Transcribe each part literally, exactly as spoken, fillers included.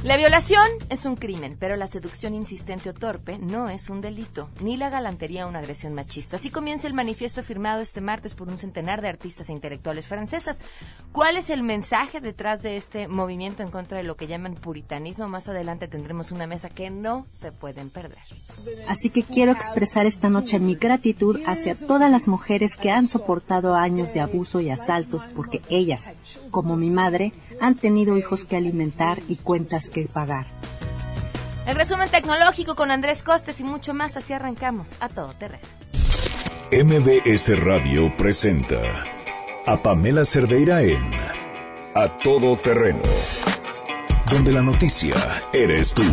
La violación es un crimen, pero la seducción insistente o torpe no es un delito, ni la galantería una agresión machista. Así comienza el manifiesto firmado este martes por un centenar de artistas e intelectuales francesas. ¿Cuál es el mensaje detrás de este movimiento en contra de lo que llaman puritanismo? Más adelante tendremos una mesa que no se pueden perder. Así que quiero expresar esta noche mi gratitud hacia todas las mujeres que han soportado años de abuso y asaltos, porque ellas, como mi madre, han tenido hijos que alimentar y cuentas que pagar. El resumen tecnológico con Andrés Costes y mucho más, así arrancamos a todo terreno. M B S Radio presenta a Pamela Cerdeira en A Todo Terreno, donde la noticia eres tú.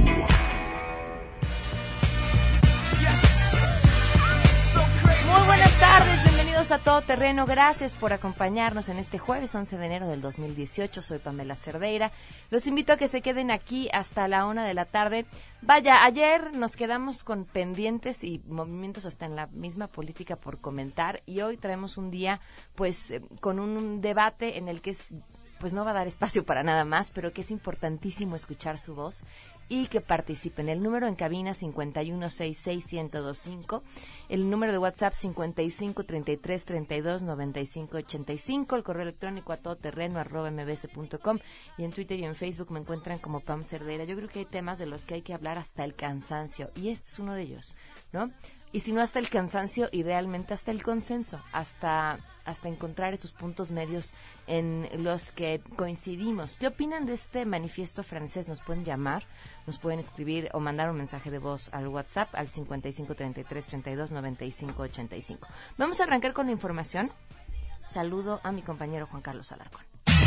A Todo Terreno, gracias por acompañarnos en este jueves once de enero del dos mil dieciocho. Soy Pamela Cerdeira. Los invito a que se queden aquí hasta la una de la tarde. Vaya, ayer nos quedamos con pendientes y movimientos hasta en la misma política por comentar, y hoy traemos un día pues eh, con un, un debate en el que es, pues no va a dar espacio para nada más, pero que es importantísimo escuchar su voz y que participen. El número en cabina cincuenta y uno sesenta y seis, ciento veinticinco, el número de WhatsApp cincuenta y cinco, treinta y tres, treinta y dos, noventa y cinco, ochenta y cinco, el correo electrónico a todoterreno arroba mbs punto com, y en Twitter y en Facebook me encuentran como Pam Cerdeira. Yo creo que hay temas de los que hay que hablar hasta el cansancio, y este es uno de ellos, ¿no? Y si no hasta el cansancio, idealmente hasta el consenso, hasta hasta encontrar esos puntos medios en los que coincidimos. ¿Qué opinan de este manifiesto francés? Nos pueden llamar, nos pueden escribir o mandar un mensaje de voz al WhatsApp al cincuenta y cinco, treinta y tres, treinta y dos, noventa y cinco, ochenta y cinco. Vamos a arrancar con la información. Saludo a mi compañero Juan Carlos Alarcón.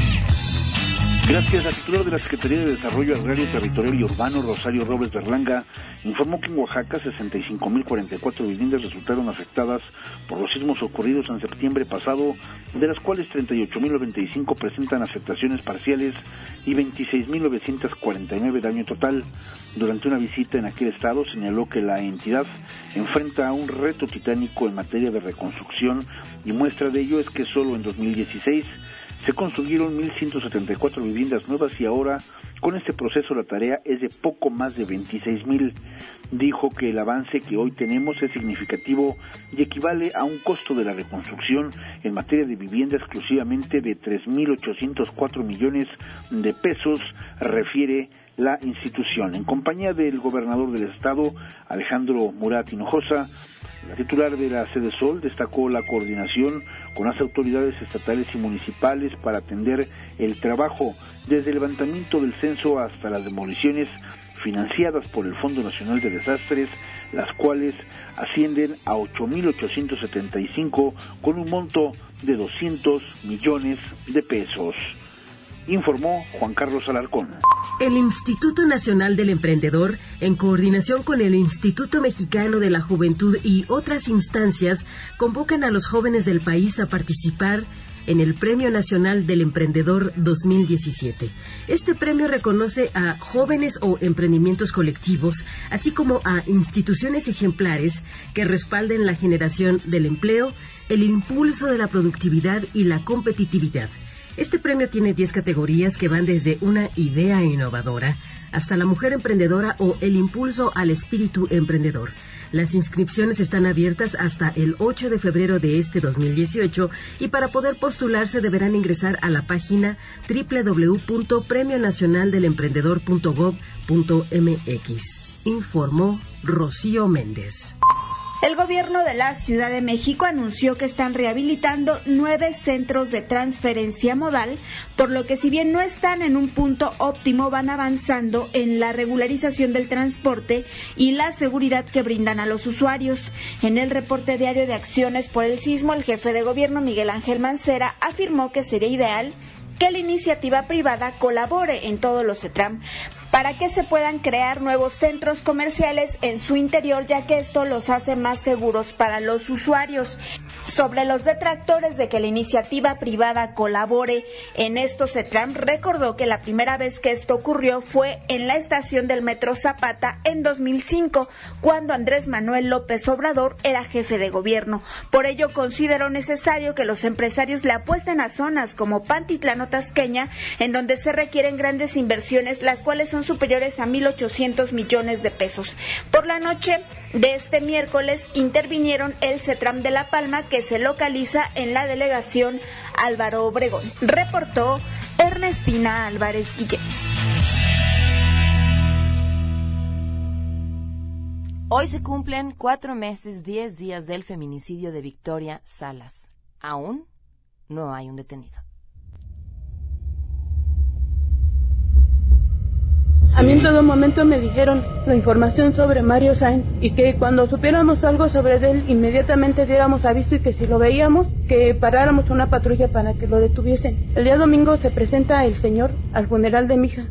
Gracias. La titular de la Secretaría de Desarrollo Agrario, Territorial y Urbano, Rosario Robles Berlanga, informó que en Oaxaca sesenta y cinco mil cuarenta y cuatro viviendas resultaron afectadas por los sismos ocurridos en septiembre pasado, de las cuales treinta y ocho mil noventa y cinco presentan afectaciones parciales y veintiséis mil novecientos cuarenta y nueve daño total. Durante una visita en aquel estado señaló que la entidad enfrenta a un reto titánico en materia de reconstrucción, y muestra de ello es que solo en dos mil dieciséis se construyeron mil ciento setenta y cuatro viviendas nuevas, y ahora con este proceso la tarea es de poco más de veintiséis mil. Dijo que el avance que hoy tenemos es significativo y equivale a un costo de la reconstrucción en materia de vivienda exclusivamente de tres mil ochocientos cuatro millones de pesos, refiere la institución. En compañía del gobernador del estado, Alejandro Murat Hinojosa, la titular de la Sedesol destacó la coordinación con las autoridades estatales y municipales para atender el trabajo desde el levantamiento del censo hasta las demoliciones financiadas por el Fondo Nacional de Desastres, las cuales ascienden a ocho mil ochocientos setenta y cinco con un monto de doscientos millones de pesos. Informó Juan Carlos Alarcón. El Instituto Nacional del Emprendedor, en coordinación con el Instituto Mexicano de la Juventud y otras instancias, convocan a los jóvenes del país a participar en el Premio Nacional del Emprendedor dos mil diecisiete. Este premio reconoce a jóvenes o emprendimientos colectivos, así como a instituciones ejemplares que respalden la generación del empleo, el impulso de la productividad y la competitividad. Este premio tiene diez categorías que van desde una idea innovadora hasta la mujer emprendedora o el impulso al espíritu emprendedor. Las inscripciones están abiertas hasta el ocho de febrero de este dos mil dieciocho, y para poder postularse deberán ingresar a la página doble u doble u doble u punto premio nacional del emprendedor punto gob punto m x. Informó Rocío Méndez. El gobierno de la Ciudad de México anunció que están rehabilitando nueve centros de transferencia modal, por lo que si bien no están en un punto óptimo, van avanzando en la regularización del transporte y la seguridad que brindan a los usuarios. En el reporte diario de acciones por el sismo, el jefe de gobierno Miguel Ángel Mancera afirmó que sería ideal que la iniciativa privada colabore en todos los CETRAM para que se puedan crear nuevos centros comerciales en su interior, ya que esto los hace más seguros para los usuarios. Sobre los detractores de que la iniciativa privada colabore en estos CETRAM, recordó que la primera vez que esto ocurrió fue en la estación del Metro Zapata en dos mil cinco, cuando Andrés Manuel López Obrador era jefe de gobierno. Por ello consideró necesario que los empresarios le apuesten a zonas como Pantitlán o Tasqueña, en donde se requieren grandes inversiones, las cuales son superiores a mil ochocientos millones de pesos. Por la noche de este miércoles intervinieron el CETRAM de La Palma, que se localiza en la delegación Álvaro Obregón. Reportó Ernestina Álvarez Guillén. Hoy se cumplen cuatro meses, diez días del feminicidio de Victoria Salas. Aún no hay un detenido. A mí en todo momento me dijeron la información sobre Mario Sáenz y que cuando supiéramos algo sobre él, inmediatamente diéramos aviso y que si lo veíamos, que paráramos una patrulla para que lo detuviesen. El día domingo se presenta el señor al funeral de mi hija.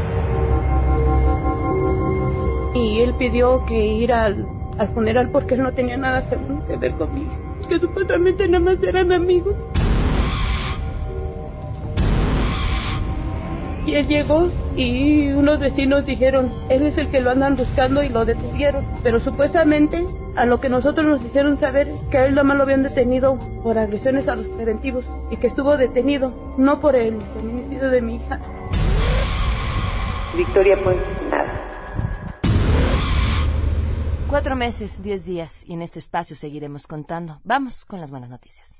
Y él pidió que ir al, al funeral porque él no tenía nada que ver conmigo, que supuestamente nada más eran amigos. Y él llegó y unos vecinos dijeron, él es el que lo andan buscando, y lo detuvieron. Pero supuestamente a lo que nosotros nos hicieron saber es que a él nada más lo habían detenido por agresiones a los preventivos y que estuvo detenido, no por el feminicidio de mi hija. Victoria fue asesinada. Cuatro meses, diez días, y en este espacio seguiremos contando. Vamos con las buenas noticias.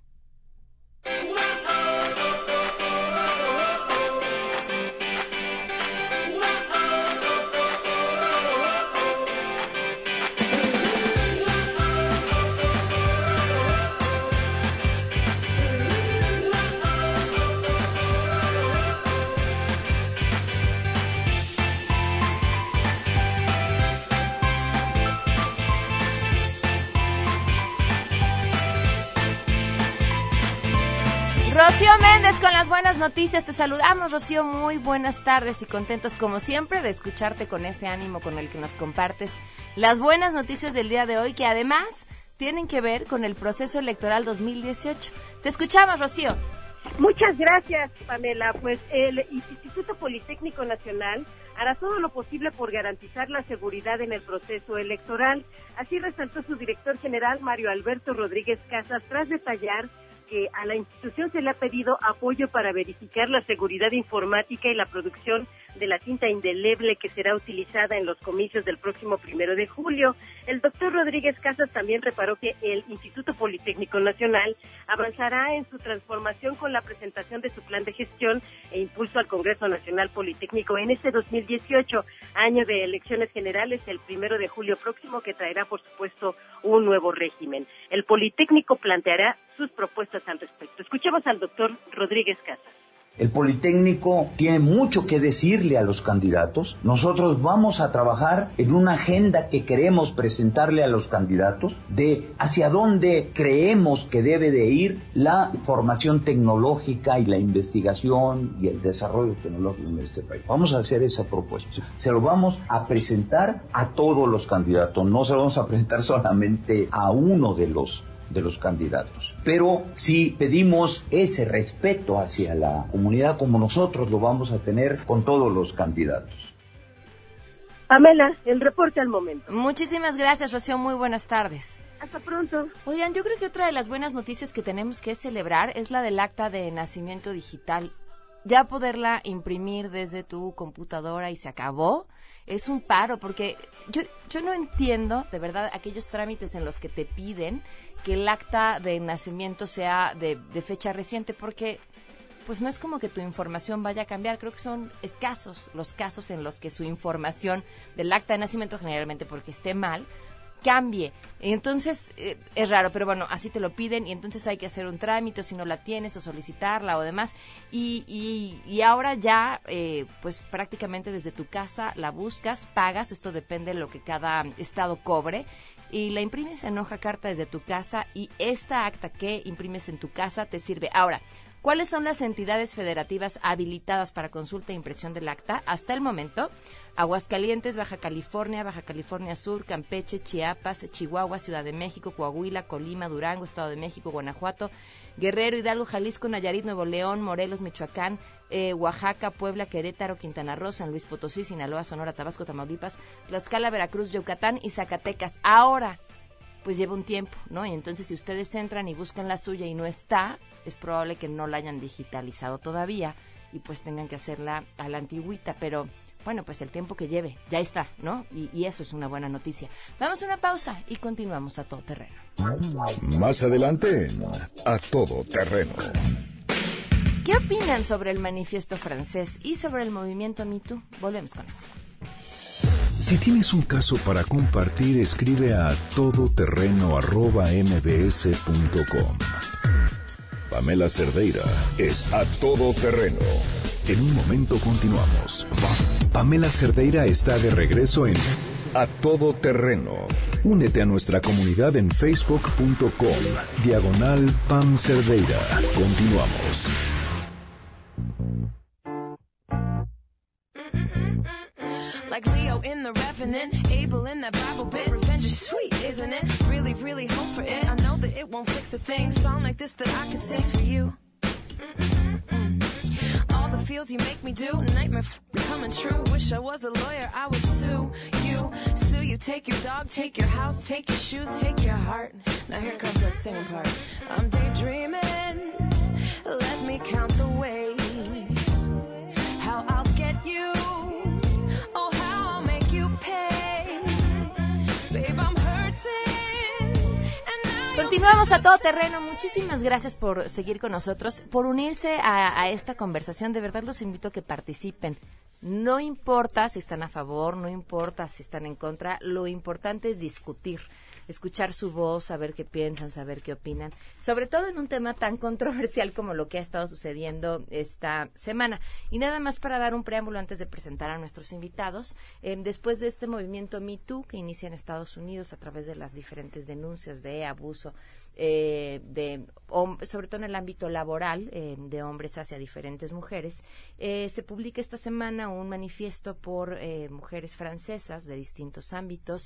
Rocío Méndez con las buenas noticias. Te saludamos, Rocío, muy buenas tardes y contentos como siempre de escucharte con ese ánimo con el que nos compartes las buenas noticias del día de hoy, que además tienen que ver con el proceso electoral dos mil dieciocho. Te escuchamos, Rocío. Muchas gracias, Pamela. Pues el Instituto Politécnico Nacional hará todo lo posible por garantizar la seguridad en el proceso electoral. Así resaltó su director general, Mario Alberto Rodríguez Casas, tras detallar que a la institución se le ha pedido apoyo para verificar la seguridad informática y la producción de la tinta indeleble que será utilizada en los comicios del próximo primero de julio. El doctor Rodríguez Casas también reparó que el Instituto Politécnico Nacional avanzará en su transformación con la presentación de su plan de gestión e impulso al Congreso Nacional Politécnico en este dos mil dieciocho, año de elecciones generales, el primero de julio próximo, que traerá, por supuesto, un nuevo régimen. El Politécnico planteará sus propuestas al respecto. Escuchemos al doctor Rodríguez Casas. El Politécnico tiene mucho que decirle a los candidatos. Nosotros vamos a trabajar en una agenda que queremos presentarle a los candidatos de hacia dónde creemos que debe de ir la formación tecnológica y la investigación y el desarrollo tecnológico en este país. Vamos a hacer esa propuesta. Se lo vamos a presentar a todos los candidatos. No se lo vamos a presentar solamente a uno de los de los candidatos. Pero si pedimos ese respeto hacia la comunidad, como nosotros lo vamos a tener con todos los candidatos. Pamela, el reporte al momento. Muchísimas gracias, Rocío. Muy buenas tardes. Hasta pronto. Oigan, yo creo que otra de las buenas noticias que tenemos que celebrar es la del acta de nacimiento digital. Ya poderla imprimir desde tu computadora y se acabó, es un paro, porque yo, yo no entiendo, de verdad, aquellos trámites en los que te piden que el acta de nacimiento sea de, de fecha reciente, porque pues no es como que tu información vaya a cambiar. Creo que son escasos los casos en los que su información del acta de nacimiento, generalmente porque esté mal, cambie. Entonces, eh, es raro, pero bueno, así te lo piden y entonces hay que hacer un trámite si no la tienes o solicitarla o demás. Y, y, y ahora ya, eh, pues prácticamente desde tu casa la buscas, pagas, esto depende de lo que cada estado cobre, y la imprimes en hoja carta desde tu casa y esta acta que imprimes en tu casa te sirve. Ahora, ¿Cuáles son las entidades federativas habilitadas para consulta e impresión del acta? Hasta el momento, Aguascalientes, Baja California, Baja California Sur, Campeche, Chiapas, Chihuahua, Ciudad de México, Coahuila, Colima, Durango, Estado de México, Guanajuato, Guerrero, Hidalgo, Jalisco, Nayarit, Nuevo León, Morelos, Michoacán, eh, Oaxaca, Puebla, Querétaro, Quintana Roo, San Luis Potosí, Sinaloa, Sonora, Tabasco, Tamaulipas, Tlaxcala, Veracruz, Yucatán y Zacatecas. Ahora, pues lleva un tiempo, ¿no? Y entonces si ustedes entran y buscan la suya y no está, es probable que no la hayan digitalizado todavía y pues tengan que hacerla a la antigüita, pero bueno, pues el tiempo que lleve, ya está, ¿no? Y, y eso es una buena noticia. Vamos a una pausa y continuamos a todo terreno. Más adelante, a todo terreno. ¿Qué opinan sobre el manifiesto francés y sobre el movimiento Me Too? Volvemos con eso. Si tienes un caso para compartir, escribe a todoterreno arroba mbs punto com. Pamela Cerdeira es A Todo Terreno. En un momento continuamos. Pamela Cerdeira está de regreso en A Todo Terreno. Únete a nuestra comunidad en facebook punto com diagonal Pam Cerdeira. Continuamos. Like Leo in the Revenant, Abel in that Bible bit. Revenge is sweet, isn't it? Really, really hope for it. I know that it won't fix a thing. Song like this that I could sing for you. Mm-mm-mm. All the feels you make me do, nightmare f- coming true. Wish I was a lawyer, I would sue you. Sue you, take your dog, take your house, take your shoes, take your heart. Now here comes that singing part. I'm daydreaming, let me count the ways. How I'll get you. Continuamos a todo terreno. Muchísimas gracias por seguir con nosotros, por unirse a, a esta conversación. De verdad los invito a que participen. No importa si están a favor, no importa si están en contra, lo importante es discutir, escuchar su voz, saber qué piensan, saber qué opinan, sobre todo en un tema tan controversial como lo que ha estado sucediendo esta semana. Y nada más para dar un preámbulo antes de presentar a nuestros invitados, eh, después de este movimiento Me Too que inicia en Estados Unidos a través de las diferentes denuncias de abuso, eh, de sobre todo en el ámbito laboral, eh, de hombres hacia diferentes mujeres, eh, se publica esta semana un manifiesto por eh, mujeres francesas de distintos ámbitos,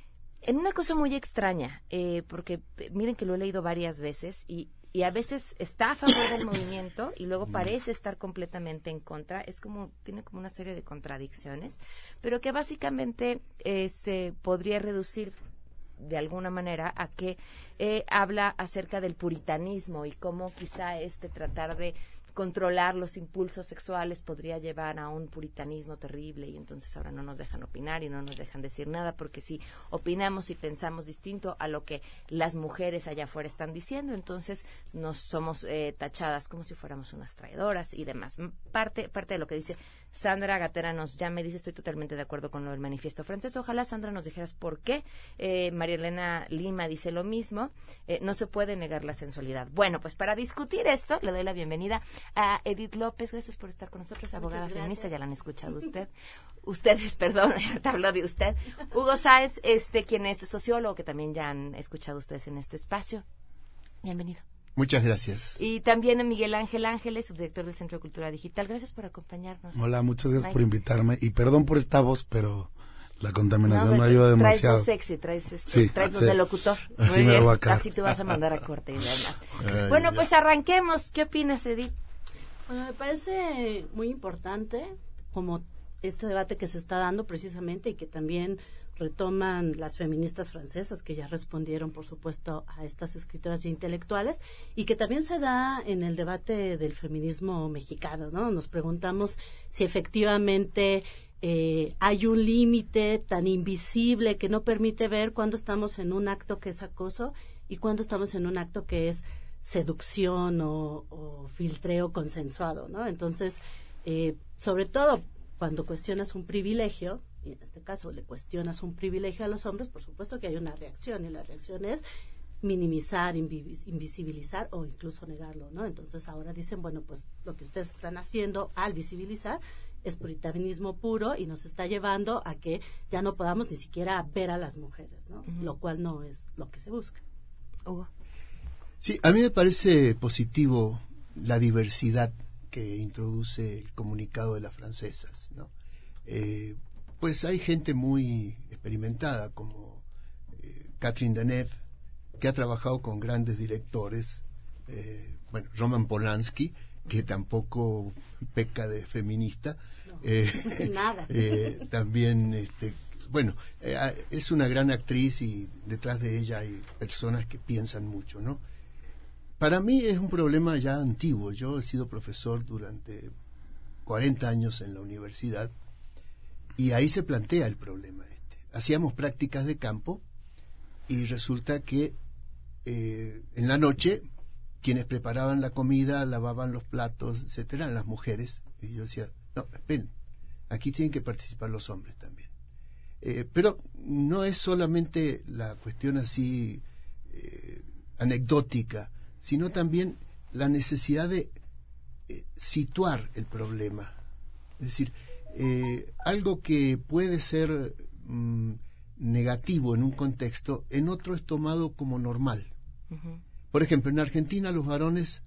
en una cosa muy extraña, eh, porque miren que lo he leído varias veces y, y a veces está a favor del movimiento y luego parece estar completamente en contra. Es como, tiene como una serie de contradicciones, pero que básicamente eh, se podría reducir de alguna manera a que eh, habla acerca del puritanismo y cómo quizá este tratar de controlar los impulsos sexuales podría llevar a un puritanismo terrible y entonces ahora no nos dejan opinar y no nos dejan decir nada porque si opinamos y pensamos distinto a lo que las mujeres allá afuera están diciendo, entonces nos somos eh, tachadas como si fuéramos unas traidoras y demás. Parte, parte de lo que dice Sandra Gatera nos llama y dice: estoy totalmente de acuerdo con lo del manifiesto francés. Ojalá, Sandra, nos dijeras por qué. Eh, María Elena Lima dice lo mismo. Eh, no se puede negar la sensualidad. Bueno, pues para discutir esto le doy la bienvenida a Edith López. Gracias por estar con nosotros, abogada feminista, ya la han escuchado usted. Ustedes, perdón, ahorita habló de usted. Hugo Sáenz, este, quien es sociólogo, que también ya han escuchado ustedes en este espacio. Bienvenido. Muchas gracias. Y también a Miguel Ángel Ángeles, subdirector del Centro de Cultura Digital. Gracias por acompañarnos. Hola, muchas gracias Bye. por invitarme. Y perdón por esta voz, pero la contaminación no, no ayuda traes demasiado. Traes sexy, traes, este, sí, traes voz sí. de locutor. Así Muy me bien, voy acá. así te vas a mandar a corte y demás. Ay, bueno, ya. pues arranquemos. ¿Qué opinas, Edith? Bueno, me parece muy importante como este debate que se está dando precisamente y que también retoman las feministas francesas que ya respondieron, por supuesto, a estas escritoras y intelectuales, y que también se da en el debate del feminismo mexicano, ¿no? Nos preguntamos si efectivamente eh, hay un límite tan invisible que no permite ver cuándo estamos en un acto que es acoso y cuándo estamos en un acto que es seducción o, o filtreo consensuado, ¿no? Entonces, eh, sobre todo cuando cuestionas un privilegio, y en este caso le cuestionas un privilegio a los hombres, por supuesto que hay una reacción, y la reacción es minimizar, invis- invisibilizar o incluso negarlo, ¿no? Entonces ahora dicen, bueno, pues lo que ustedes están haciendo al visibilizar es puritanismo puro y nos está llevando a que ya no podamos ni siquiera ver a las mujeres, ¿no? Uh-huh. Lo cual no es lo que se busca. Hugo. Sí, a mí me parece positivo la diversidad que introduce el comunicado de las francesas, ¿no? Eh, pues hay gente muy experimentada como eh, Catherine Deneuve, que ha trabajado con grandes directores, eh, bueno, Roman Polanski, que tampoco peca de feminista, no, eh, nada. Eh, también, este, bueno, eh, es una gran actriz y detrás de ella hay personas que piensan mucho, ¿no? Para mí es un problema ya antiguo. Yo he sido profesor durante cuarenta años en la universidad y ahí se plantea el problema este. Hacíamos prácticas de campo y resulta que eh, en la noche quienes preparaban la comida, lavaban los platos, etcétera, eran las mujeres. Y yo decía, no, esperen, aquí tienen que participar los hombres también. Eh, pero no es solamente la cuestión así eh, anecdótica, sino también la necesidad de eh, situar el problema. Es decir, eh, algo que puede ser mm, negativo en un contexto, en otro es tomado como normal. Uh-huh. Por ejemplo, en Argentina los varones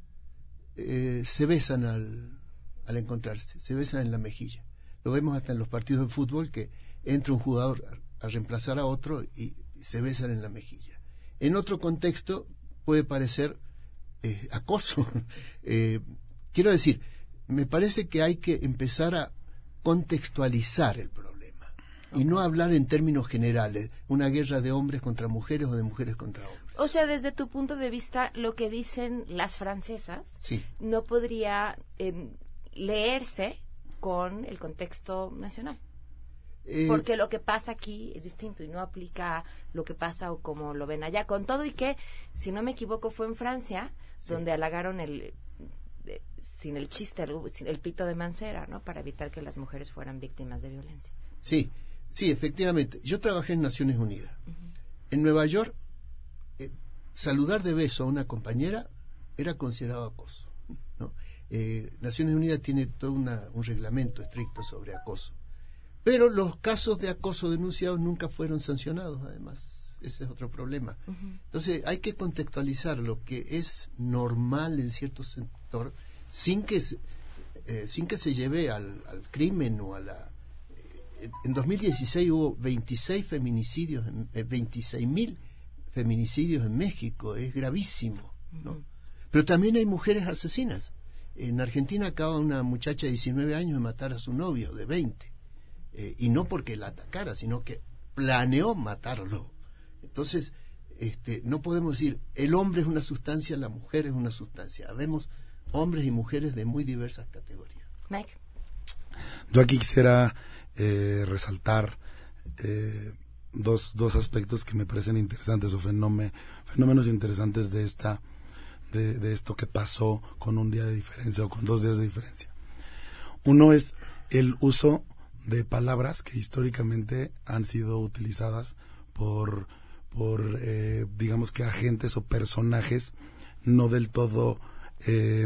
eh, se besan al, al encontrarse, se besan en la mejilla. Lo vemos hasta en los partidos de fútbol, que entra un jugador a, a reemplazar a otro y, y se besan en la mejilla. En otro contexto puede parecer eh, acoso. eh, quiero decir, me parece que hay que empezar a contextualizar el problema y no hablar en términos generales, una guerra de hombres contra mujeres o de mujeres contra hombres. O sea, desde tu punto de vista, lo que dicen las francesas sí. no podría eh, leerse con el contexto nacional. Eh, Porque lo que pasa aquí es distinto y no aplica lo que pasa o como lo ven allá. Con todo y que, si no me equivoco, fue en Francia sí. donde halagaron el... Eh, sin el chiste, el, sin el pito de Mancera, ¿no? Para evitar que las mujeres fueran víctimas de violencia. Sí, sí, efectivamente. Yo trabajé en Naciones Unidas. Uh-huh. En Nueva York, eh, saludar de beso a una compañera era considerado acoso, ¿no? Eh, Naciones Unidas tiene todo una, un reglamento estricto sobre acoso. Pero los casos de acoso denunciados nunca fueron sancionados, además. Ese es otro problema. Uh-huh. Entonces, hay que contextualizar lo que es normal en cierto sector sin que se, eh, sin que se lleve al, al crimen o a la... Eh, en dos mil dieciséis hubo veintiséis feminicidios, en, eh, veintiséis mil feminicidios en México. Es gravísimo, ¿no? Uh-huh. Pero también hay mujeres asesinas. En Argentina acaba una muchacha de diecinueve años de matar a su novio de veinte. Eh, y no porque la atacara, sino que planeó matarlo. Entonces, este, no podemos decir, el hombre es una sustancia, la mujer es una sustancia. Habemos hombres y mujeres de muy diversas categorías. Mike. Yo aquí quisiera eh, resaltar eh, dos, dos aspectos que me parecen interesantes, o fenómenos, fenómenos interesantes de esta de, de esto que pasó con un día de diferencia o con dos días de diferencia. Uno es el uso de palabras que históricamente han sido utilizadas por, por eh, digamos que agentes o personajes no del todo eh,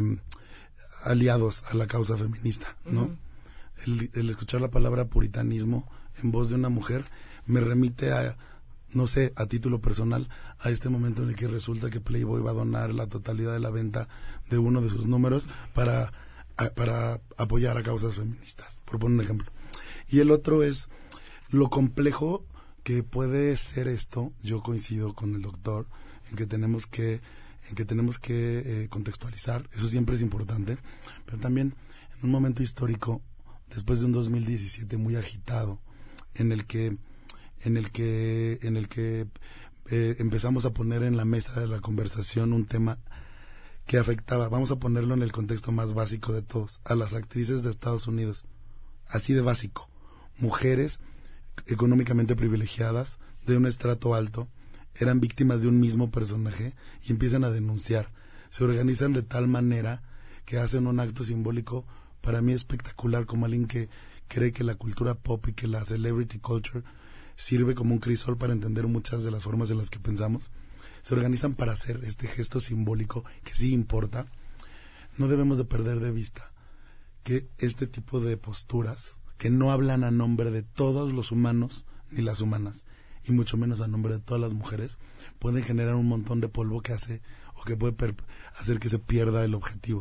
aliados a la causa feminista, ¿no? Uh-huh. El, el escuchar la palabra puritanismo en voz de una mujer me remite a, no sé, a título personal, a este momento en el que resulta que Playboy va a donar la totalidad de la venta de uno de sus números para, a, para apoyar a causas feministas, por poner un ejemplo. Y el otro es lo complejo que puede ser esto. Yo coincido con el doctor en que tenemos que en que tenemos que eh, contextualizar, eso siempre es importante, pero también en un momento histórico, después de un dos mil diecisiete muy agitado, en el que en el que en el que eh, empezamos a poner en la mesa de la conversación un tema que afectaba, vamos a ponerlo en el contexto más básico de todos, a las actrices de Estados Unidos, así de básico. Mujeres económicamente privilegiadas, de un estrato alto, eran víctimas de un mismo personaje y empiezan a denunciar. Se organizan de tal manera que hacen un acto simbólico para mí espectacular, como alguien que cree que la cultura pop y que la celebrity culture sirve como un crisol para entender muchas de las formas en las que pensamos. Se organizan para hacer este gesto simbólico que sí importa. No debemos de perder de vista que este tipo de posturas que no hablan a nombre de todos los humanos ni las humanas, y mucho menos a nombre de todas las mujeres, pueden generar un montón de polvo que hace o que puede per- hacer que se pierda el objetivo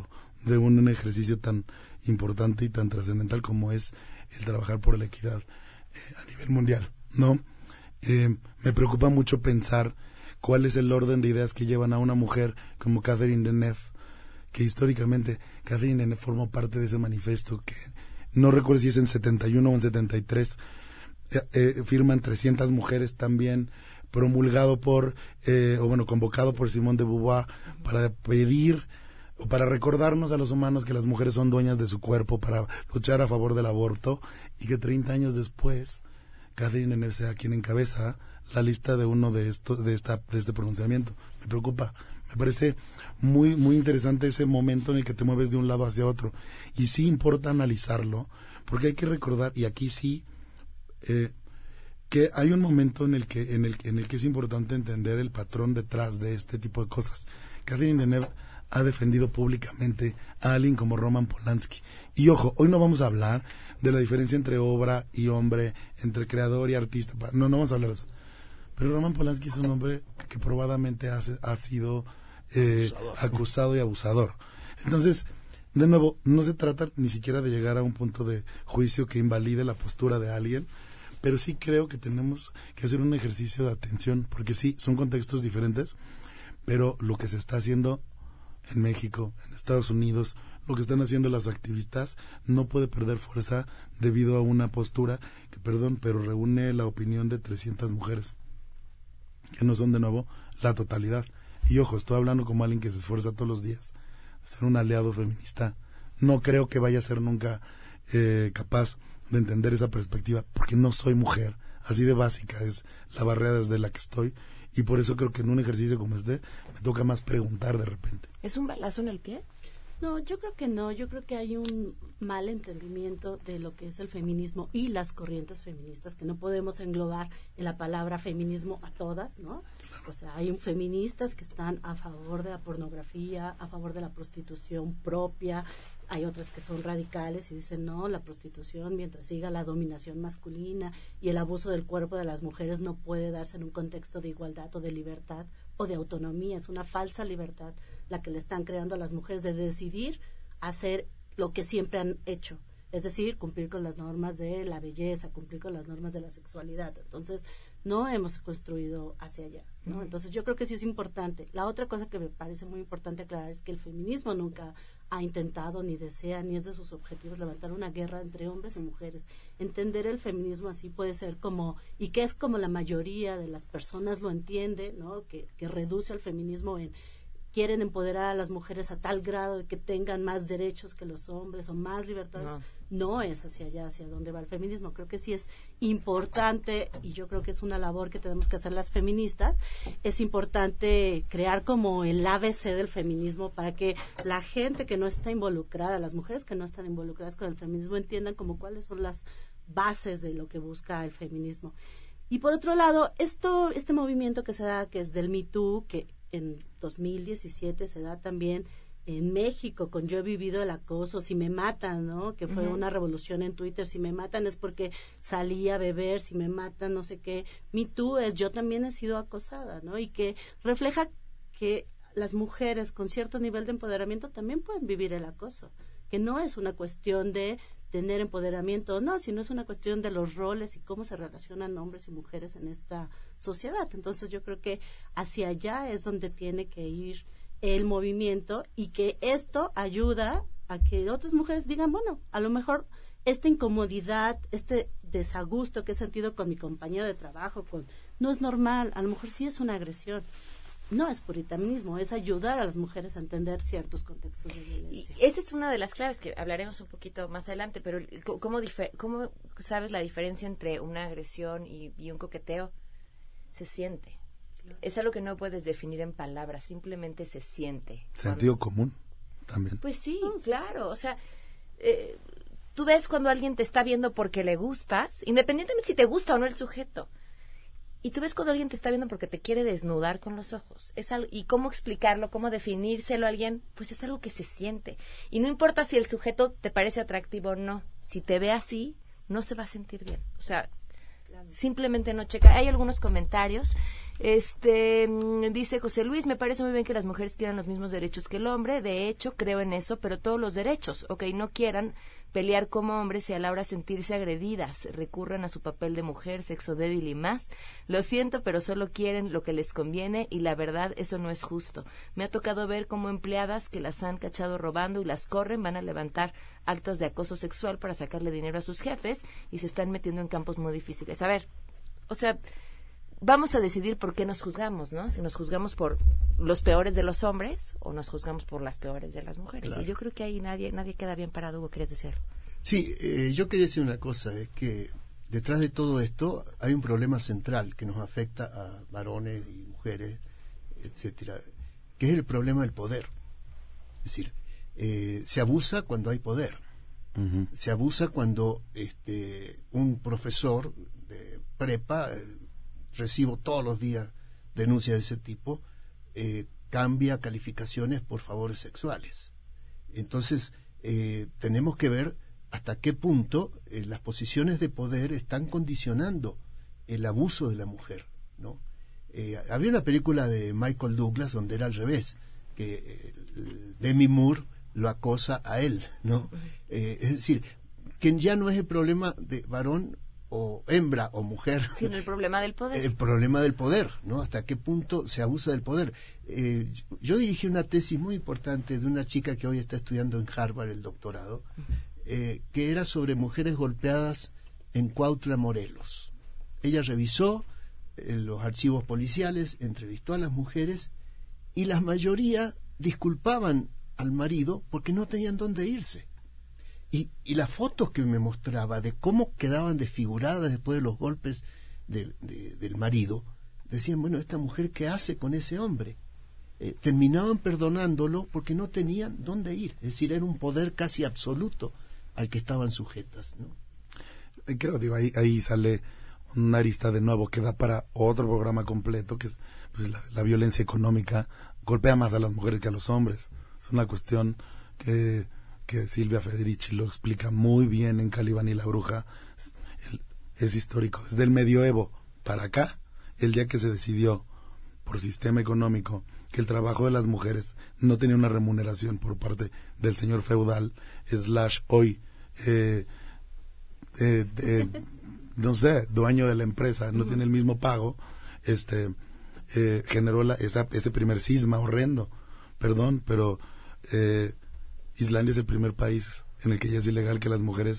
de un ejercicio tan importante y tan trascendental como es el trabajar por la equidad eh, a nivel mundial, ¿no? Eh, me preocupa mucho pensar cuál es el orden de ideas que llevan a una mujer como Catherine Deneuve, que históricamente Catherine Deneuve formó parte de ese manifiesto que no recuerdo si es en setenta y uno o en setenta y tres, eh, eh, firman trescientas mujeres también, promulgado por, eh, o bueno, convocado por Simone de Beauvoir para pedir o para recordarnos a los humanos que las mujeres son dueñas de su cuerpo, para luchar a favor del aborto, y que treinta años después Catherine Deneuve sea quien encabeza la lista de uno de estos, de esta, de este pronunciamiento. Me preocupa, me parece muy, muy interesante ese momento en el que te mueves de un lado hacia otro, y sí importa analizarlo, porque hay que recordar, y aquí sí, eh, que hay un momento en el que, en el, en el que es importante entender el patrón detrás de este tipo de cosas. Catherine Deneuve ha defendido públicamente a alguien como Roman Polanski. Y ojo, hoy no vamos a hablar de la diferencia entre obra y hombre, entre creador y artista. No, no vamos a hablar de eso. Pero Roman Polanski es un hombre que probadamente ha, ha sido eh, acusado y abusador. Entonces, de nuevo, no se trata ni siquiera de llegar a un punto de juicio que invalide la postura de alguien, pero sí creo que tenemos que hacer un ejercicio de atención, porque sí, son contextos diferentes, pero lo que se está haciendo en México, en Estados Unidos, lo que están haciendo las activistas, no puede perder fuerza debido a una postura que, perdón, pero reúne la opinión de trescientas mujeres, que no son de nuevo la totalidad. Y ojo, estoy hablando como alguien que se esfuerza todos los días de ser un aliado feminista. No creo que vaya a ser nunca eh, capaz de entender esa perspectiva, porque no soy mujer, así de básica es la barrera desde la que estoy, y por eso creo que en un ejercicio como este me toca más preguntar de repente. ¿Es un balazo en el pie? No, yo creo que no, yo creo que hay un mal entendimiento de lo que es el feminismo y las corrientes feministas, que no podemos englobar en la palabra feminismo a todas, ¿no? O sea, hay un, feministas que están a favor de la pornografía, a favor de la prostitución propia, hay otras que son radicales y dicen, no, la prostitución, mientras siga la dominación masculina y el abuso del cuerpo de las mujeres, no puede darse en un contexto de igualdad o de libertad o de autonomía. Es una falsa libertad la que le están creando a las mujeres de decidir hacer lo que siempre han hecho. Es decir, cumplir con las normas de la belleza, cumplir con las normas de la sexualidad. Entonces, no hemos construido hacia allá, ¿no? Entonces, yo creo que sí es importante. La otra cosa que me parece muy importante aclarar es que el feminismo nunca ha intentado, ni desea, ni es de sus objetivos levantar una guerra entre hombres y mujeres. Entender el feminismo así puede ser como, y que es como la mayoría de las personas lo entiende, ¿no? Que, que reduce al feminismo en quieren empoderar a las mujeres a tal grado de que tengan más derechos que los hombres o más libertades. No. No es hacia allá, hacia donde va el feminismo. Creo que sí es importante, y yo creo que es una labor que tenemos que hacer las feministas, es importante crear como el A B C del feminismo para que la gente que no está involucrada, las mujeres que no están involucradas con el feminismo, entiendan como cuáles son las bases de lo que busca el feminismo. Y por otro lado, esto, este movimiento que se da, que es del Me Too, que en dos mil diecisiete se da también en México con Yo he vivido el acoso, si me matan, ¿no? Que fue uh-huh. una revolución en Twitter, si me matan es porque salí a beber, si me matan no sé qué. Me Too es yo también he sido acosada, ¿no? Y que refleja que las mujeres con cierto nivel de empoderamiento también pueden vivir el acoso, que no es una cuestión de tener empoderamiento o no, sino es una cuestión de los roles y cómo se relacionan hombres y mujeres en esta sociedad. Entonces yo creo que hacia allá es donde tiene que ir el movimiento, y que esto ayuda a que otras mujeres digan, bueno, a lo mejor esta incomodidad, este desagusto que he sentido con mi compañero de trabajo, con no es normal, a lo mejor sí es una agresión. No es puritanismo, es ayudar a las mujeres a entender ciertos contextos de violencia. Y esa es una de las claves que hablaremos un poquito más adelante, pero ¿cómo, difer- cómo sabes la diferencia entre una agresión y, y un coqueteo? Se siente. Claro. Es algo que no puedes definir en palabras, simplemente se siente. Sentido cuando... común también. Pues sí, no, claro, o sea, eh, tú ves cuando alguien te está viendo porque le gustas, independientemente si te gusta o no el sujeto. Y tú ves cuando alguien te está viendo porque te quiere desnudar con los ojos. Es algo, y cómo explicarlo, cómo definírselo a alguien, pues es algo que se siente. Y no importa si el sujeto te parece atractivo o no. Si te ve así, no se va a sentir bien. O sea, claro. Simplemente no checa. Hay algunos comentarios Este, dice José Luis, me parece muy bien que las mujeres quieran los mismos derechos que el hombre, de hecho creo en eso, pero todos los derechos, ok, no quieran pelear como hombres y a la hora sentirse agredidas, recurran a su papel de mujer, sexo débil y más, lo siento, pero solo quieren lo que les conviene y la verdad eso no es justo. Me ha tocado ver cómo empleadas que las han cachado robando y las corren van a levantar actas de acoso sexual para sacarle dinero a sus jefes y se están metiendo en campos muy difíciles. A ver, o sea, vamos a decidir por qué nos juzgamos, ¿no? Si nos juzgamos por los peores de los hombres o nos juzgamos por las peores de las mujeres. Claro. Y yo creo que ahí nadie nadie queda bien parado. ¿Hugo, querías decir? Sí, eh, yo quería decir una cosa, es que detrás de todo esto hay un problema central que nos afecta a varones y mujeres, etcétera, que es el problema del poder. Es decir, eh, se abusa cuando hay poder. Uh-huh. Se abusa cuando este, un profesor de prepa... Eh, recibo todos los días denuncias de ese tipo, eh, cambia calificaciones por favores sexuales. Entonces, eh, tenemos que ver hasta qué punto eh, las posiciones de poder están condicionando el abuso de la mujer, ¿no? Eh, había una película de Michael Douglas donde era al revés, que eh, Demi Moore lo acosa a él, ¿no? Eh, es decir, que ya no es el problema de varón o hembra o mujer, sino el problema del poder. El problema del poder, ¿no? Hasta qué punto se abusa del poder. Eh, yo dirigí una tesis muy importante de una chica que hoy está estudiando en Harvard el doctorado, eh, que era sobre mujeres golpeadas en Cuautla, Morelos. Ella revisó eh, los archivos policiales, entrevistó a las mujeres y la mayoría disculpaban al marido porque no tenían dónde irse. Y, y las fotos que me mostraba de cómo quedaban desfiguradas después de los golpes del, de, del marido, decían, bueno, esta mujer, ¿qué hace con ese hombre? Eh, terminaban perdonándolo porque no tenían dónde ir. Es decir, era un poder casi absoluto al que estaban sujetas, ¿no? Creo, digo, ahí, ahí sale una arista de nuevo que da para otro programa completo, que es pues, la, la violencia económica golpea más a las mujeres que a los hombres. Es una cuestión que... que Silvia Federici lo explica muy bien en Calibán y la Bruja. Es, el, es histórico. Desde el medioevo para acá, el día que se decidió por sistema económico que el trabajo de las mujeres no tenía una remuneración por parte del señor feudal, slash hoy, eh, eh, eh, no sé, dueño de la empresa, no uh-huh. tiene el mismo pago, este eh, generó la, esa, ese primer cisma horrendo. Perdón, pero... Eh, Islandia es el primer país en el que ya es ilegal que las mujeres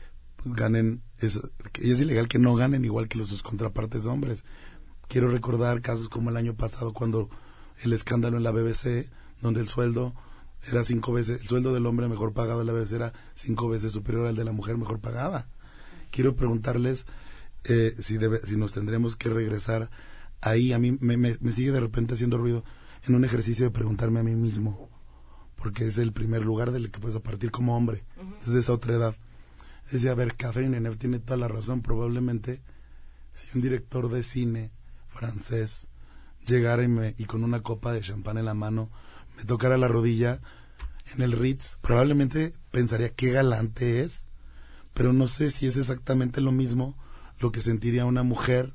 ganen, es, que ya es ilegal que no ganen igual que los sus contrapartes hombres. Quiero recordar casos como el año pasado cuando el escándalo en la B B C, donde el sueldo era cinco veces, el sueldo del hombre mejor pagado de la B B C era cinco veces superior al de la mujer mejor pagada. Quiero preguntarles eh, si, debe, si nos tendremos que regresar ahí. A mí me, me, me sigue de repente haciendo ruido en un ejercicio de preguntarme a mí mismo, porque es el primer lugar del que puedes partir como hombre, uh-huh. desde esa otra edad. Decía, a ver, Catherine Deneuve tiene toda la razón. Probablemente, si un director de cine francés llegara y, me, y con una copa de champán en la mano me tocara la rodilla en el Ritz, probablemente pensaría qué galante es, pero no sé si es exactamente lo mismo lo que sentiría una mujer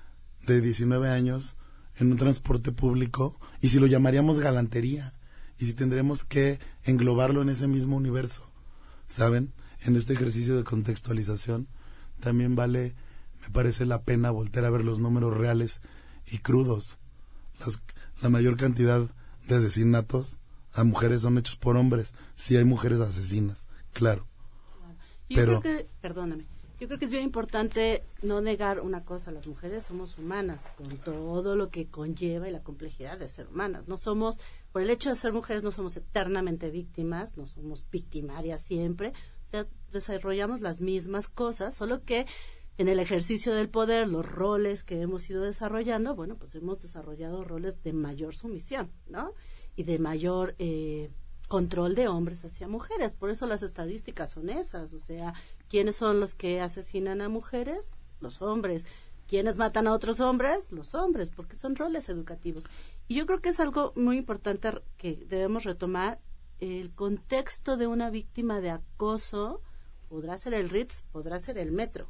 de diecinueve años en un transporte público, y si lo llamaríamos galantería, y si tendremos que englobarlo en ese mismo universo, ¿saben? En este ejercicio de contextualización también vale, me parece la pena voltear a ver los números reales y crudos. Las, la mayor cantidad de asesinatos a mujeres son hechos por hombres. Sí hay mujeres asesinas, claro. claro. Yo Pero, creo que, perdóname, yo creo que es bien importante no negar una cosa, las mujeres somos humanas, con todo lo que conlleva y la complejidad de ser humanas. No somos, por el hecho de ser mujeres, no somos eternamente víctimas, no somos victimarias siempre, o sea, desarrollamos las mismas cosas, solo que en el ejercicio del poder, los roles que hemos ido desarrollando, bueno, pues hemos desarrollado roles de mayor sumisión, ¿no? Y de mayor eh, control de hombres hacia mujeres. Por eso las estadísticas son esas, o sea, ¿quiénes son los que asesinan a mujeres? Los hombres. ¿Quiénes matan a otros hombres? Los hombres, porque son roles educativos. Y yo creo que es algo muy importante que debemos retomar. El contexto de una víctima de acoso podrá ser el Ritz, podrá ser el metro,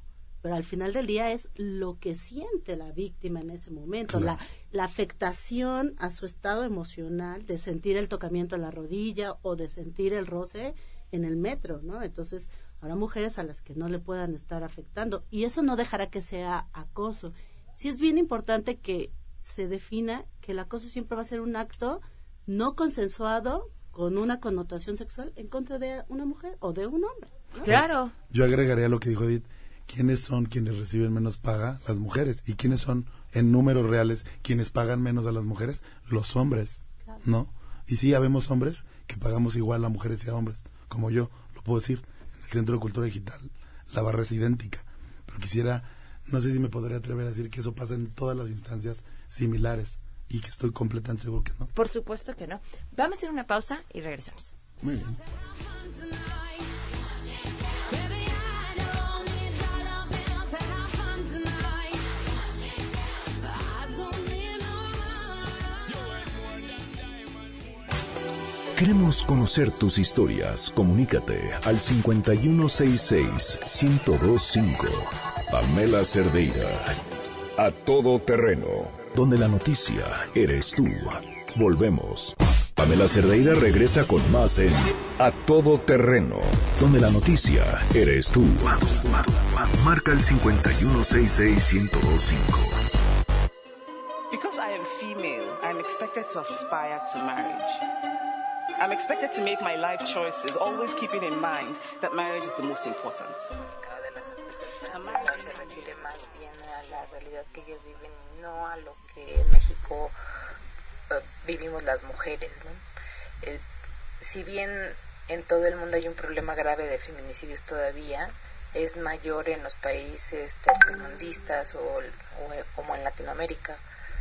pero al final del día es lo que siente la víctima en ese momento, Claro. la, la afectación a su estado emocional de sentir el tocamiento en la rodilla o de sentir el roce en el metro, ¿no? Entonces, habrá mujeres a las que no le puedan estar afectando y eso no dejará que sea acoso. Sí es bien importante que se defina que el acoso siempre va a ser un acto no consensuado con una connotación sexual en contra de una mujer o de un hombre, ¿no? Claro. Yo agregaría lo que dijo Edith. ¿Quiénes son quienes reciben menos paga? Las mujeres. ¿Y quiénes son, en números reales, quienes pagan menos a las mujeres? Los hombres, Claro. ¿no? Y sí, habemos hombres que pagamos igual a mujeres y a hombres, como yo, lo puedo decir. En el Centro de Cultura Digital, la barra es idéntica. Pero quisiera, no sé si me podría atrever a decir que eso pasa en todas las instancias similares y que estoy completamente seguro que no. Por supuesto que no. Vamos a hacer una pausa y regresamos. Muy bien. Queremos conocer tus historias. Comunícate al cincuenta y uno sesenta y seis, ciento veinticinco. Pamela Cerdeira. A todo terreno. Donde la noticia eres tú. Volvemos. Pamela Cerdeira regresa con más en A Todo Terreno. Donde la noticia eres tú. Marca el cincuenta y uno sesenta y seis, ciento veinticinco. Because I am female, I'm expected to aspire to marriage. I'm expected to make my life choices, always keeping in mind that marriage is the most important. Cada de las actrices francesas se refiere más bien a la realidad que ellos viven y no a lo que en México uh, vivimos las mujeres, ¿no? Eh, si bien en todo el mundo hay un problema grave de feminicidios todavía, es mayor en los países tercermundistas o, o como en Latinoamérica.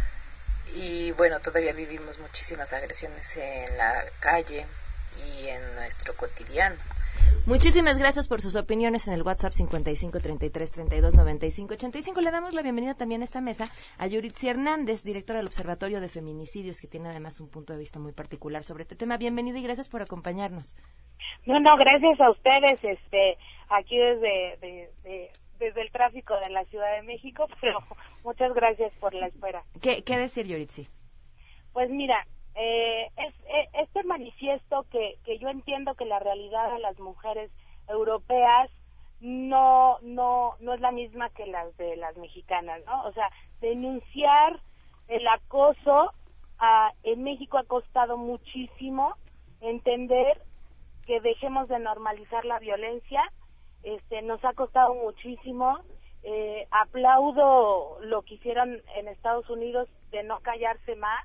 Y bueno, todavía vivimos muchísimas agresiones en la calle y en nuestro cotidiano. Muchísimas gracias por sus opiniones en el WhatsApp cincuenta y cinco, treinta y tres, treinta y dos, noventa y cinco, ochenta y cinco. Le damos la bienvenida también a esta mesa a Yuritsi Hernández, directora del Observatorio de Feminicidios, que tiene además un punto de vista muy particular sobre este tema. Bienvenida y gracias por acompañarnos. No, no, gracias a ustedes, este, aquí desde de, de, desde el tráfico de la Ciudad de México, pero muchas gracias por la espera. ¿Qué, qué decir, Yuritsi? Pues mira, eh, es, eh, este manifiesto que, que yo entiendo que la realidad de las mujeres europeas no no no es la misma que las de las mexicanas, ¿no? O sea, denunciar el acoso a, en México ha costado muchísimo entender que dejemos de normalizar la violencia. Este, nos ha costado muchísimo. Eh, aplaudo lo que hicieron en Estados Unidos de no callarse más.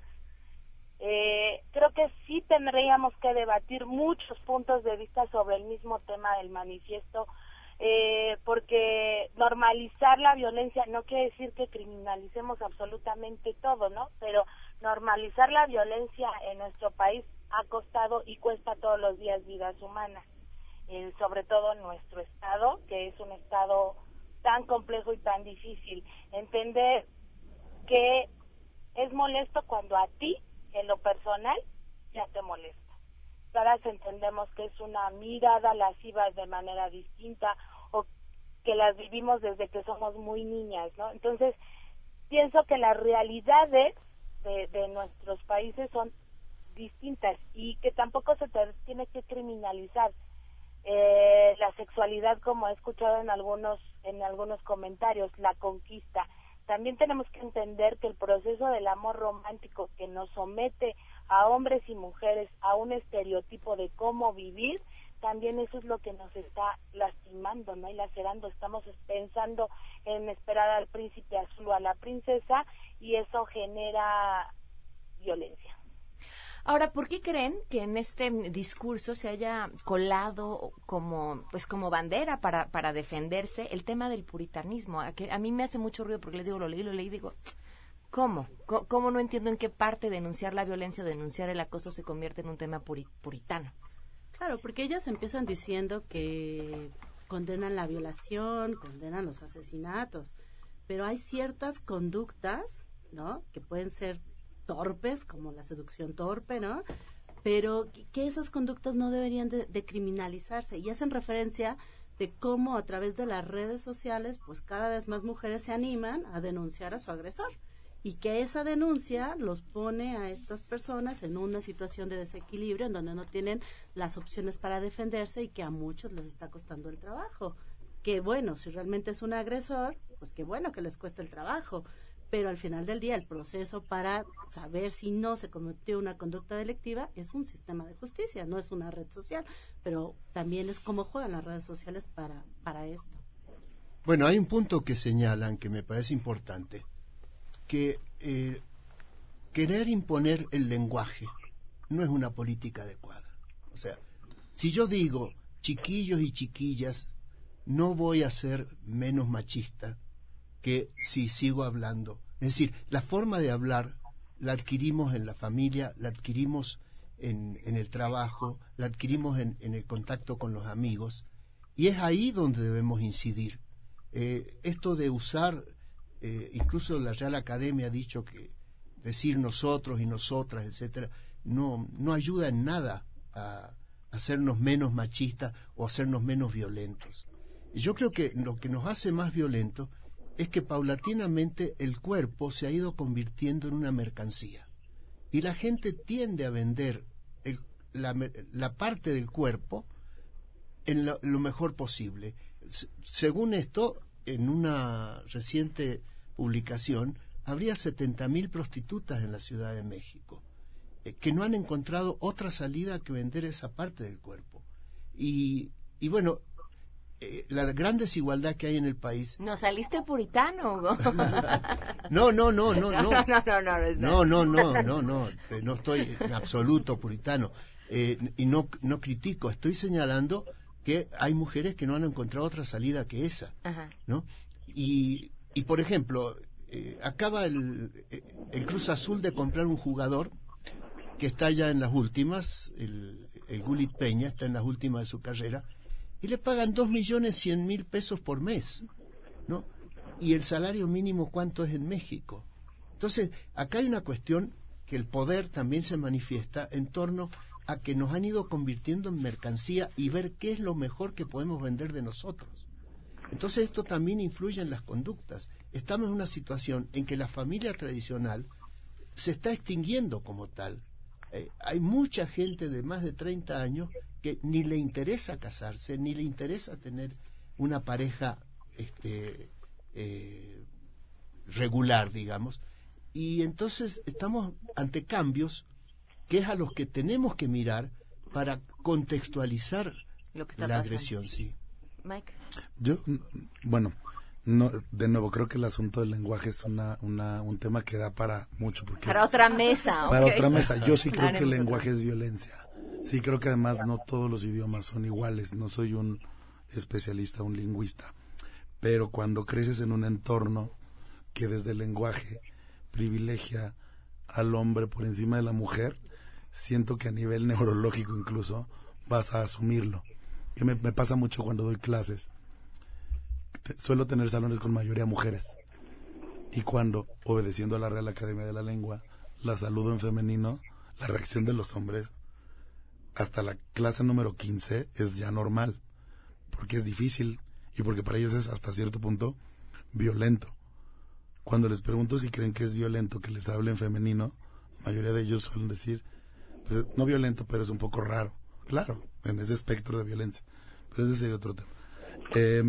Eh, creo que sí tendríamos que debatir muchos puntos de vista sobre el mismo tema del manifiesto, eh, porque normalizar la violencia no quiere decir que criminalicemos absolutamente todo, ¿no? Pero normalizar la violencia en nuestro país ha costado y cuesta todos los días vidas humanas, eh, sobre todo en nuestro estado, que es un estado tan complejo y tan difícil. Entender que es molesto cuando a ti, en lo personal, ya te molesta. Todas entendemos que es una mirada lasciva de manera distinta o que las vivimos desde que somos muy niñas, ¿no? Entonces, pienso que las realidades de, de nuestros países son distintas y que tampoco se te tiene que criminalizar eh, la sexualidad, como he escuchado en algunos en algunos comentarios, la conquista. También tenemos que entender que el proceso del amor romántico que nos somete a hombres y mujeres a un estereotipo de cómo vivir, también eso es lo que nos está lastimando, ¿no? Y lacerando. Estamos pensando en esperar al príncipe azul o a la princesa y eso genera violencia. Ahora, ¿por qué creen que en este discurso se haya colado como pues como bandera para para defenderse el tema del puritanismo? A, que a mí me hace mucho ruido porque les digo, lo leí, lo leí y digo, ¿cómo? ¿Cómo, cómo no entiendo en qué parte denunciar la violencia o denunciar el acoso se convierte en un tema puri, puritano? Claro, porque ellas empiezan diciendo que condenan la violación, condenan los asesinatos, pero hay ciertas conductas, ¿no?, que pueden ser torpes, como la seducción torpe, ¿no? Pero que esas conductas no deberían de, de criminalizarse y hacen referencia de cómo a través de las redes sociales, pues cada vez más mujeres se animan a denunciar a su agresor y que esa denuncia los pone a estas personas en una situación de desequilibrio en donde no tienen las opciones para defenderse y que a muchos les está costando el trabajo. Que bueno, si realmente es un agresor, pues qué bueno que les cuesta el trabajo, pero al final del día el proceso para saber si no se cometió una conducta delictiva es un sistema de justicia, no es una red social, pero también es cómo juegan las redes sociales para, para esto. Bueno, hay un punto que señalan que me parece importante, que eh, querer imponer el lenguaje no es una política adecuada. O sea, si yo digo chiquillos y chiquillas, no voy a ser menos machista que si sigo hablando. Es decir, la forma de hablar la adquirimos en la familia, la adquirimos en, en el trabajo, la adquirimos en, en el contacto con los amigos, y es ahí donde debemos incidir. Eh, esto de usar, eh, incluso la Real Academia ha dicho que decir nosotros y nosotras, etcétera, no, no ayuda en nada a hacernos menos machistas o hacernos menos violentos. Y yo creo que lo que nos hace más violentos es que paulatinamente el cuerpo se ha ido convirtiendo en una mercancía y la gente tiende a vender el, la, la parte del cuerpo en lo, lo mejor posible. S- según esto, en una reciente publicación, habría setenta mil prostitutas en la Ciudad de México eh, que no han encontrado otra salida que vender esa parte del cuerpo. Y, y bueno, Eh, la gran desigualdad que hay en el país. No saliste puritano, Hugo. No, no, no, no, no. No, no, no, no, es no, no, no, no, no, eh, no estoy en absoluto puritano. Eh, y no, no critico, estoy señalando que hay mujeres que no han encontrado otra salida que esa, Ajá. ¿no? Y, y por ejemplo, eh, acaba el, el Cruz Azul de comprar un jugador que está ya en las últimas, el, el Gulit Peña está en las últimas de su carrera, y le pagan dos millones cien mil pesos por mes, ¿no? Y el salario mínimo, ¿cuánto es en México? Entonces, acá hay una cuestión que el poder también se manifiesta en torno a que nos han ido convirtiendo en mercancía y ver qué es lo mejor que podemos vender de nosotros. Entonces, esto también influye en las conductas. Estamos en una situación en que la familia tradicional se está extinguiendo como tal. Eh, hay mucha gente de más de treinta años que ni le interesa casarse, ni le interesa tener una pareja este, eh, regular, digamos. Y entonces estamos ante cambios que es a los que tenemos que mirar para contextualizar Lo que está la pasando. agresión, sí. Mike. Yo, bueno, no, de nuevo, creo que el asunto del lenguaje es una, una, un tema que da para mucho. Porque, Para otra mesa. Para okay. otra mesa. Yo sí creo Haremos que el otra. lenguaje es violencia. Sí, creo que además no todos los idiomas son iguales. No soy un especialista, un lingüista. Pero cuando creces en un entorno que desde el lenguaje privilegia al hombre por encima de la mujer, siento que a nivel neurológico incluso vas a asumirlo. Que me, me pasa mucho cuando doy clases. Te, suelo tener salones con mayoría mujeres. Y cuando, obedeciendo a la Real Academia de la Lengua, la saludo en femenino, la reacción de los hombres hasta la clase número quince es ya normal, porque es difícil y porque para ellos es hasta cierto punto violento. Cuando les pregunto si creen que es violento que les hable en femenino, la mayoría de ellos suelen decir, pues, no violento, pero es un poco raro. Claro, en ese espectro de violencia, pero ese sería otro tema. Eh,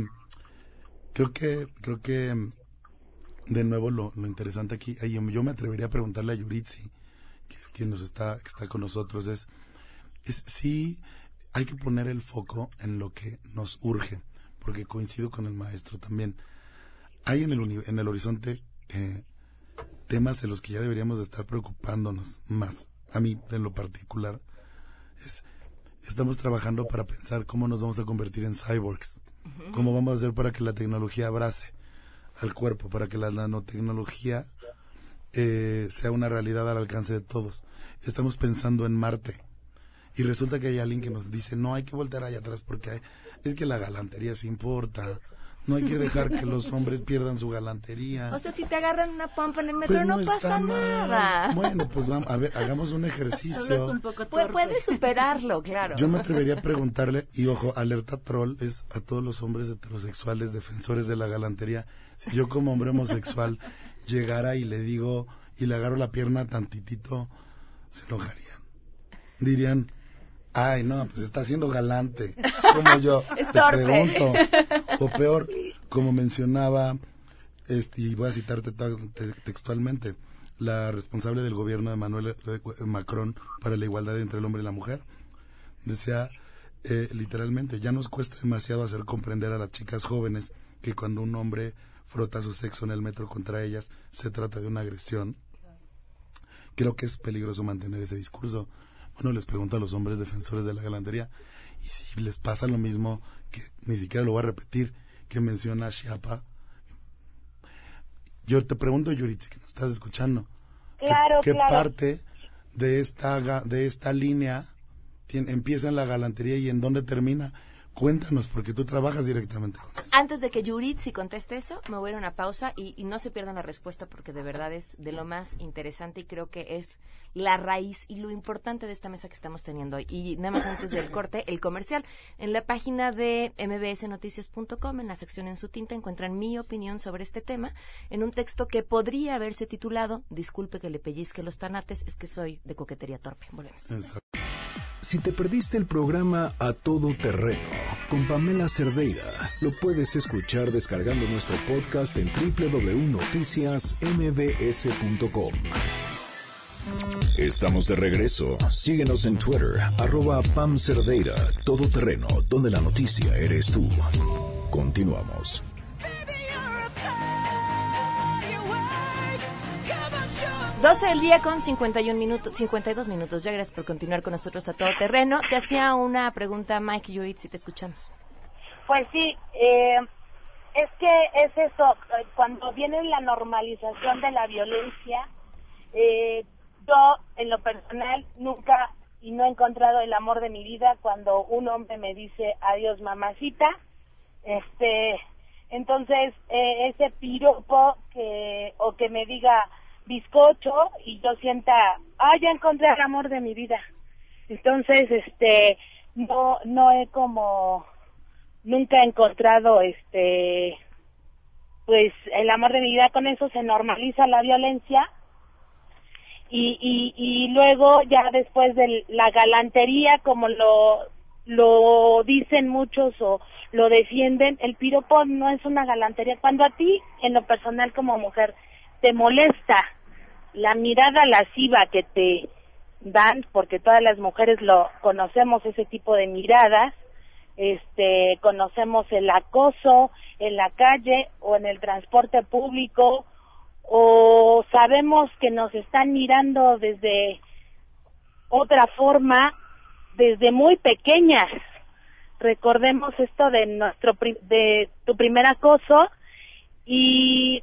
creo que creo que de nuevo lo, lo interesante aquí, yo, yo me atrevería a preguntarle a Yuritsi, que es quien nos está, que está con nosotros, es Es, sí, hay que poner el foco en lo que nos urge, porque coincido con el maestro también. Hay en el, uni, en el horizonte eh, temas de los que ya deberíamos de estar preocupándonos más. A mí, en lo particular, es, estamos trabajando para pensar cómo nos vamos a convertir en cyborgs, uh-huh. cómo vamos a hacer para que la tecnología abrace al cuerpo, para que la nanotecnología eh, sea una realidad al alcance de todos. Estamos pensando en Marte. Y resulta que hay alguien que nos dice, no hay que voltear allá atrás porque hay, es que la galantería sí importa, No hay que dejar que los hombres pierdan su galantería. O sea, si te agarran una pompa en el metro, Pues no, no pasa está mal. nada. Bueno, pues vamos, a ver, hagamos un ejercicio. un poco Pu- puedes superarlo, claro. Yo me atrevería a preguntarle, y ojo, alerta troll, es a todos los hombres heterosexuales defensores de la galantería. Si yo como hombre homosexual llegara y le digo, y le agarro la pierna tantitito, se enojarían. Dirían, ay, no, pues está siendo galante. Es como yo Es te torpe. pregunto. O peor, como mencionaba, este, y voy a citarte ta- te- textualmente, la responsable del gobierno de Manuel de Macron para la igualdad entre el hombre y la mujer, decía eh, literalmente, ya nos cuesta demasiado hacer comprender a las chicas jóvenes que cuando un hombre frota su sexo en el metro contra ellas, se trata de una agresión. Creo que es peligroso mantener ese discurso. Bueno, les pregunto a los hombres defensores de la galantería, y si les pasa lo mismo, que ni siquiera lo voy a repetir, que menciona Chiapa. Yo te pregunto, Yuritsi, que me estás escuchando, Claro, ¿qué, qué claro. parte de esta ga- de esta línea tiene, empieza en la galantería y en dónde termina? Cuéntanos, porque tú trabajas directamente con eso. Antes de que Yuritsi conteste eso, me voy a ir a una pausa y, y no se pierdan la respuesta porque de verdad es de lo más interesante y creo que es la raíz y lo importante de esta mesa que estamos teniendo hoy. Y nada más antes del corte, el comercial. En la página de eme be ese noticias punto com, en la sección En su tinta, encuentran mi opinión sobre este tema en un texto que podría haberse titulado Disculpe que le pellizque los tanates, es que soy de coquetería torpe. Volvemos. Exacto. Si te perdiste el programa A Todo Terreno con Pamela Cerdeira, lo puedes escuchar descargando nuestro podcast en doble u doble u doble u punto noticias eme be ese punto com. Estamos de regreso. Síguenos en Twitter, arroba Pam Cerdeira, Todo Terreno, donde la noticia eres tú. Continuamos. doce del día con cincuenta y un minutos, cincuenta y dos minutos. Ya gracias por continuar con nosotros a todo terreno. Te hacía una pregunta, Mike Yuritsi, si te escuchamos. Pues sí, eh, es que es eso, eh, cuando viene la normalización de la violencia, eh, yo en lo personal nunca y no he encontrado el amor de mi vida cuando un hombre me dice adiós mamacita, este, entonces eh, ese piropo que o que me diga bizcocho y yo sienta, ah, ya encontré el amor de mi vida. Entonces, este, no, no he como, nunca he encontrado, este, pues, el amor de mi vida. Con eso se normaliza la violencia y, y, y luego ya después de la galantería, como lo, lo dicen muchos o lo defienden, el piropo no es una galantería. Cuando a ti, en lo personal como mujer, te molesta la mirada lasciva que te dan, porque todas las mujeres lo conocemos, ese tipo de miradas, este, conocemos el acoso en la calle o en el transporte público, o sabemos que nos están mirando desde otra forma, desde muy pequeñas. Recordemos esto de nuestro pri- de tu primer acoso y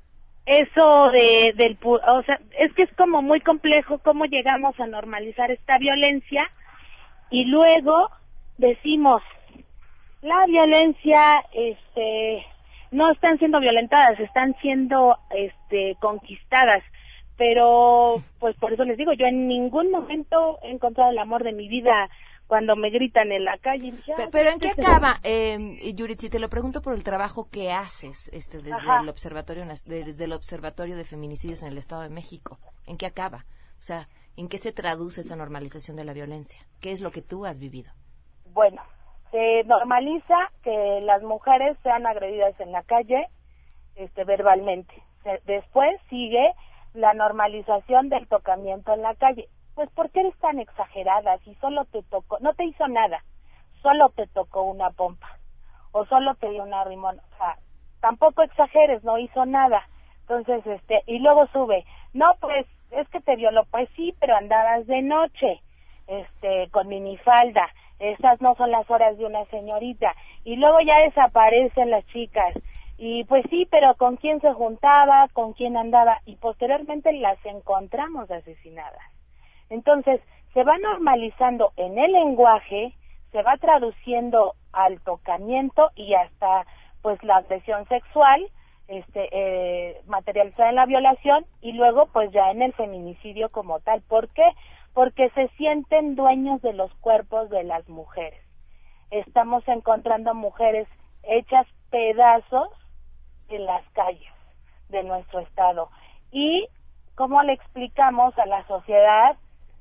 eso de del o sea, es que es como muy complejo cómo llegamos a normalizar esta violencia y luego decimos la violencia este no están siendo violentadas, están siendo este conquistadas, pero pues por eso les digo, yo en ningún momento he encontrado el amor de mi vida cuando me gritan en la calle. Ya, Pero, pero ¿en qué acaba, eh, Yuritsi? Te lo pregunto por el trabajo que haces este, desde Ajá. el observatorio desde el observatorio de feminicidios en el Estado de México. ¿En qué acaba? O sea, ¿en qué se traduce esa normalización de la violencia? ¿Qué es lo que tú has vivido? Bueno, se normaliza que las mujeres sean agredidas en la calle, este, verbalmente. Se- después sigue la normalización del tocamiento en la calle. Pues, ¿por qué eres tan exagerada? Si solo te tocó, no te hizo nada, solo te tocó una pompa, o solo te dio un arrimón, o sea, tampoco exageres, no hizo nada. Entonces, este, y luego sube, no, pues, es que te violó, pues sí, pero andabas de noche, este, con minifalda, esas no son las horas de una señorita, y luego ya desaparecen las chicas, y pues sí, pero ¿con quién se juntaba? ¿Con quién andaba? Y posteriormente las encontramos asesinadas. Entonces, se va normalizando en el lenguaje, se va traduciendo al tocamiento y hasta pues la agresión sexual, este eh, materializada en la violación, y luego pues ya en el feminicidio como tal. ¿Por qué? Porque se sienten dueños de los cuerpos de las mujeres. Estamos encontrando mujeres hechas pedazos en las calles de nuestro estado. Y ¿cómo le explicamos a la sociedad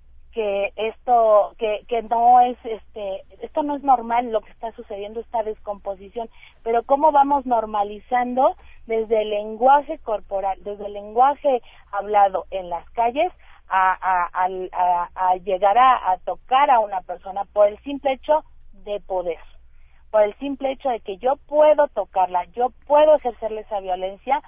que esto, que, que no es, este, esto no es normal lo que está sucediendo, esta descomposición? Pero ¿cómo vamos normalizando desde el lenguaje corporal, desde el lenguaje hablado en las calles, a, a, a, a, a llegar a, a tocar a una persona por el simple hecho de poder, por el simple hecho de que yo puedo tocarla, yo puedo ejercerle esa violencia?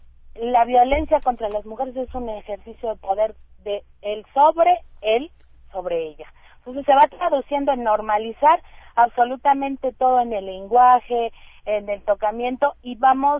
La violencia contra las mujeres es un ejercicio de poder de él sobre él, sobre ella. Entonces se va traduciendo en normalizar absolutamente todo en el lenguaje, en el tocamiento, y vamos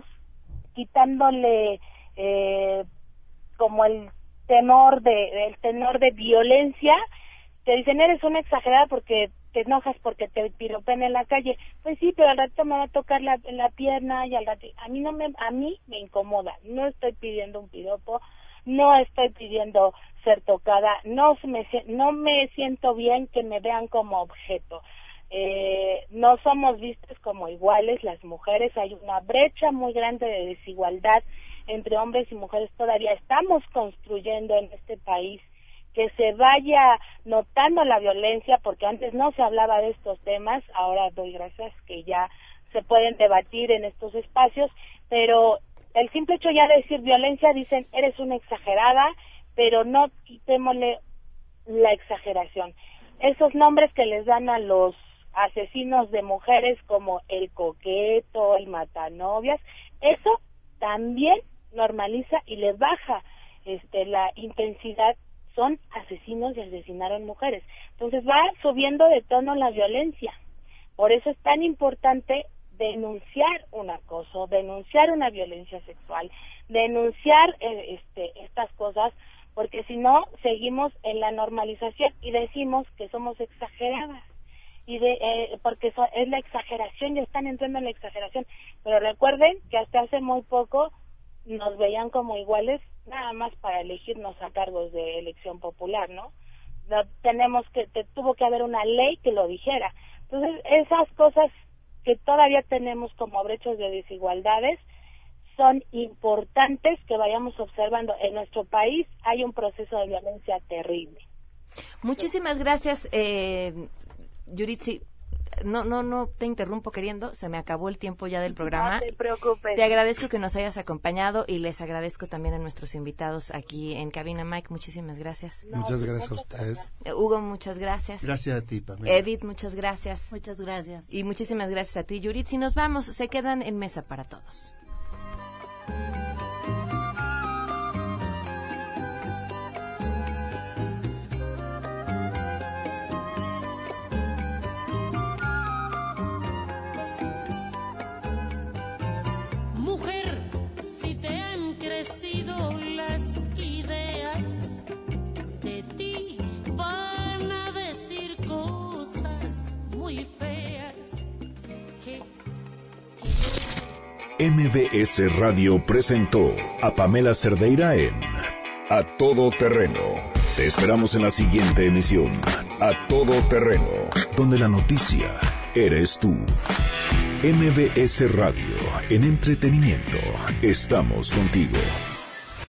quitándole eh, como el tenor de el tenor de violencia. Te dicen, eres una exagerada porque te enojas porque te piropean en la calle. Pues sí, pero al rato me va a tocar la, la pierna y al rato, a mí no me, a mí me incomoda. No estoy pidiendo un piropo, no estoy pidiendo ser tocada, no me, no me siento bien que me vean como objeto. Eh, no somos vistas como iguales las mujeres, hay una brecha muy grande de desigualdad entre hombres y mujeres. Todavía estamos construyendo en este país que se vaya notando la violencia, porque antes no se hablaba de estos temas. Ahora doy gracias que ya se pueden debatir en estos espacios, pero el simple hecho ya de decir violencia, dicen, eres una exagerada, pero no quitémosle la exageración. Esos nombres que les dan a los asesinos de mujeres como el coqueto, el matanovias, eso también normaliza y le baja este la intensidad. Son asesinos y asesinaron mujeres. Entonces va subiendo de tono la violencia. Por eso es tan importante denunciar un acoso, denunciar una violencia sexual, denunciar eh, este, estas cosas, porque si no seguimos en la normalización y decimos que somos exageradas. Y de, eh, porque eso es la exageración, ya están entrando en la exageración. Pero recuerden que hasta hace muy poco nos veían como iguales, nada más para elegirnos a cargos de elección popular, ¿no? No tenemos que, te, tuvo que haber una ley que lo dijera. Entonces, esas cosas que todavía tenemos como brechas de desigualdades son importantes que vayamos observando. En nuestro país hay un proceso de violencia terrible. Muchísimas gracias, eh, Yuritsi. No, no, no te interrumpo queriendo, se me acabó el tiempo ya del programa. No te preocupes. Te agradezco que nos hayas acompañado y les agradezco también a nuestros invitados aquí en cabina. Mike, muchísimas gracias. No, muchas gracias a ustedes. Eh, Hugo, muchas gracias. Gracias a ti, Pamela. Edith, muchas gracias. Muchas gracias. Y muchísimas gracias a ti, Yuritsi. Nos vamos, se quedan en Mesa para Todos. Las ideas de ti van a decir cosas muy feas que, que... M B S Radio presentó a Pamela Cerdeira en A Todo Terreno. Te esperamos en la siguiente emisión, A Todo Terreno, donde la noticia eres tú. M B S Radio, en entretenimiento, estamos contigo.